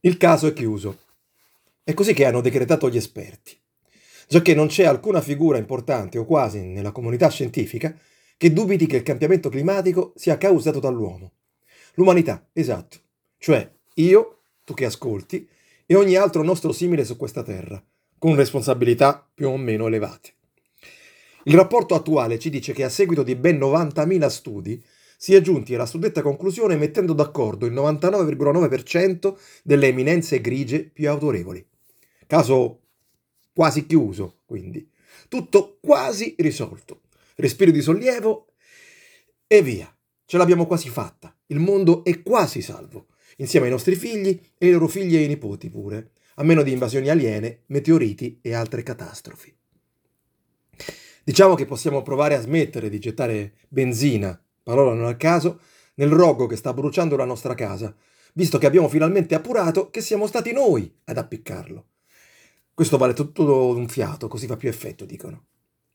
Il caso è chiuso. È così che hanno decretato gli esperti, giacché non c'è alcuna figura importante o quasi nella comunità scientifica che dubiti che il cambiamento climatico sia causato dall'uomo. L'umanità, esatto. Cioè io, tu che ascolti, e ogni altro nostro simile su questa terra, con responsabilità più o meno elevate. Il rapporto attuale ci dice che a seguito di ben 90.000 studi si è giunti alla suddetta conclusione mettendo d'accordo il 99,9% delle eminenze grigie più autorevoli. Caso quasi chiuso, quindi. Tutto quasi risolto. Respiro di sollievo e via. Ce l'abbiamo quasi fatta. Il mondo è quasi salvo, insieme ai nostri figli e ai loro figli e ai nipoti pure, a meno di invasioni aliene, meteoriti e altre catastrofi. Diciamo che possiamo provare a smettere di gettare benzina, parola non a caso, nel rogo che sta bruciando la nostra casa, visto che abbiamo finalmente appurato che siamo stati noi ad appiccarlo. Questo vale tutto d'un fiato, così fa più effetto, dicono.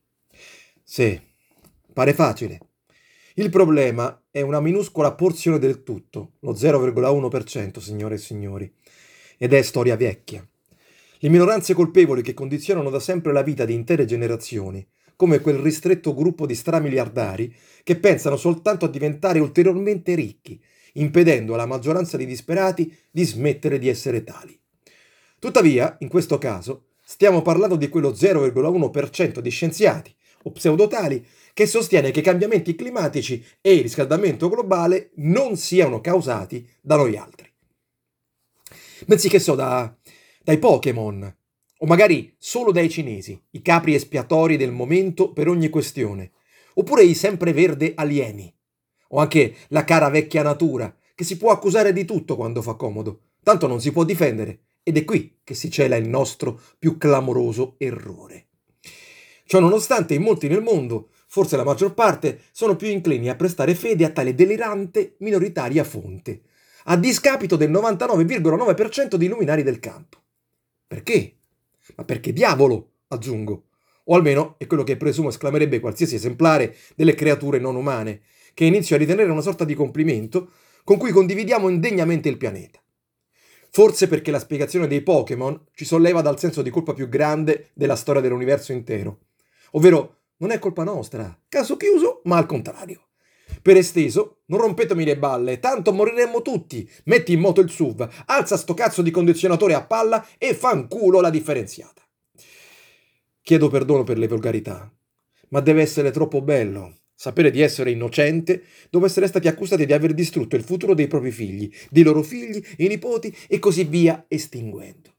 Sì, pare facile. Il problema è una minuscola porzione del tutto, lo 0,1%, signore e signori, ed è storia vecchia. Le minoranze colpevoli che condizionano da sempre la vita di intere generazioni, come quel ristretto gruppo di stramiliardari che pensano soltanto a diventare ulteriormente ricchi, impedendo alla maggioranza di disperati di smettere di essere tali. Tuttavia, in questo caso, stiamo parlando di quello 0,1% di scienziati o pseudotali che sostiene che i cambiamenti climatici e il riscaldamento globale non siano causati da noi altri. Bensì che so, dai Pokémon, o magari solo dai cinesi, i capri espiatori del momento per ogni questione, oppure i sempreverde alieni, o anche la cara vecchia natura, che si può accusare di tutto quando fa comodo, tanto non si può difendere, ed è qui che si cela il nostro più clamoroso errore. Ciò nonostante, in molti nel mondo, forse la maggior parte, sono più inclini a prestare fede a tale delirante minoritaria fonte, a discapito del 99,9% di luminari del campo. Perché? Ma perché diavolo, aggiungo. O almeno è quello che presumo esclamerebbe qualsiasi esemplare delle creature non umane, che inizio a ritenere una sorta di complimento con cui condividiamo indegnamente il pianeta. Forse perché la spiegazione dei Pokémon ci solleva dal senso di colpa più grande della storia dell'universo intero. Ovvero, non è colpa nostra, caso chiuso, ma al contrario. Per esteso, non rompetemi le balle, tanto moriremmo tutti. Metti in moto il SUV, alza sto cazzo di condizionatore a palla e fanculo la differenziata. Chiedo perdono per le volgarità, ma deve essere troppo bello sapere di essere innocente dopo essere stati accusati di aver distrutto il futuro dei propri figli, dei loro figli, i nipoti e così via estinguendo.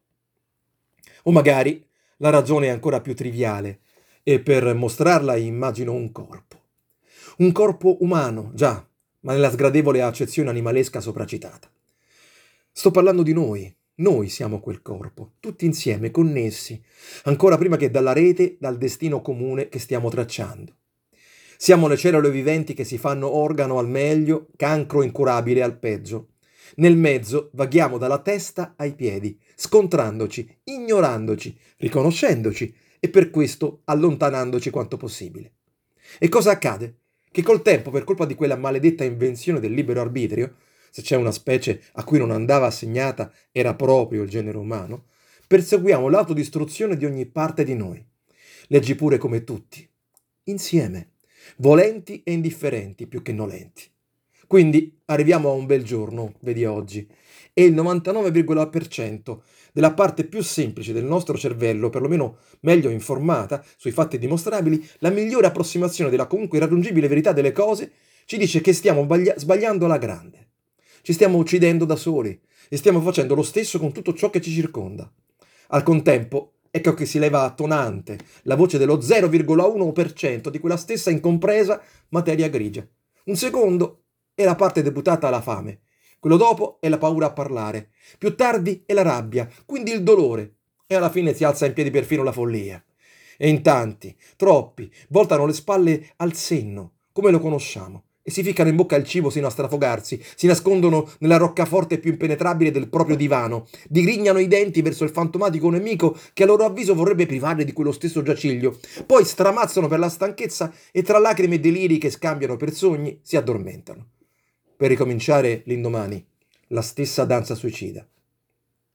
O magari la ragione è ancora più triviale e per mostrarla immagino un corpo. Un corpo umano, già, ma nella sgradevole accezione animalesca sopracitata. Sto parlando di noi. Noi siamo quel corpo, tutti insieme, connessi, ancora prima che dalla rete, dal destino comune che stiamo tracciando. Siamo le cellule viventi che si fanno organo al meglio, cancro incurabile al peggio. Nel mezzo vaghiamo dalla testa ai piedi, scontrandoci, ignorandoci, riconoscendoci e per questo allontanandoci quanto possibile. E cosa accade? Che col tempo, per colpa di quella maledetta invenzione del libero arbitrio, se c'è una specie a cui non andava assegnata era proprio il genere umano, perseguiamo l'autodistruzione di ogni parte di noi. Leggi pure come tutti, insieme, volenti e indifferenti più che nolenti. Quindi arriviamo a un bel giorno, vedi oggi, e il 99,% della parte più semplice del nostro cervello, perlomeno meglio informata sui fatti dimostrabili, la migliore approssimazione della comunque irraggiungibile verità delle cose, ci dice che stiamo sbagliando alla grande. Ci stiamo uccidendo da soli e stiamo facendo lo stesso con tutto ciò che ci circonda. Al contempo, ecco che si leva tonante la voce dello 0,1% di quella stessa incompresa materia grigia. Un secondo è la parte deputata alla fame, quello dopo è la paura a parlare, più tardi è la rabbia, quindi il dolore, e alla fine si alza in piedi perfino la follia. E in tanti, troppi, voltano le spalle al senno, come lo conosciamo, e si ficcano in bocca il cibo sino a strafogarsi, si nascondono nella roccaforte più impenetrabile del proprio divano, digrignano i denti verso il fantomatico nemico che a loro avviso vorrebbe privarli di quello stesso giaciglio, poi stramazzano per la stanchezza e tra lacrime e deliri che scambiano per sogni si addormentano. Per ricominciare l'indomani, la stessa danza suicida.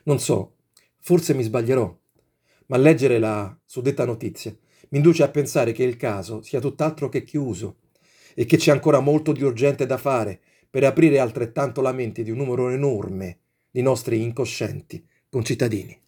Non so, forse mi sbaglierò, ma leggere la suddetta notizia mi induce a pensare che il caso sia tutt'altro che chiuso e che c'è ancora molto di urgente da fare per aprire altrettanto la mente di un numero enorme di nostri incoscienti concittadini.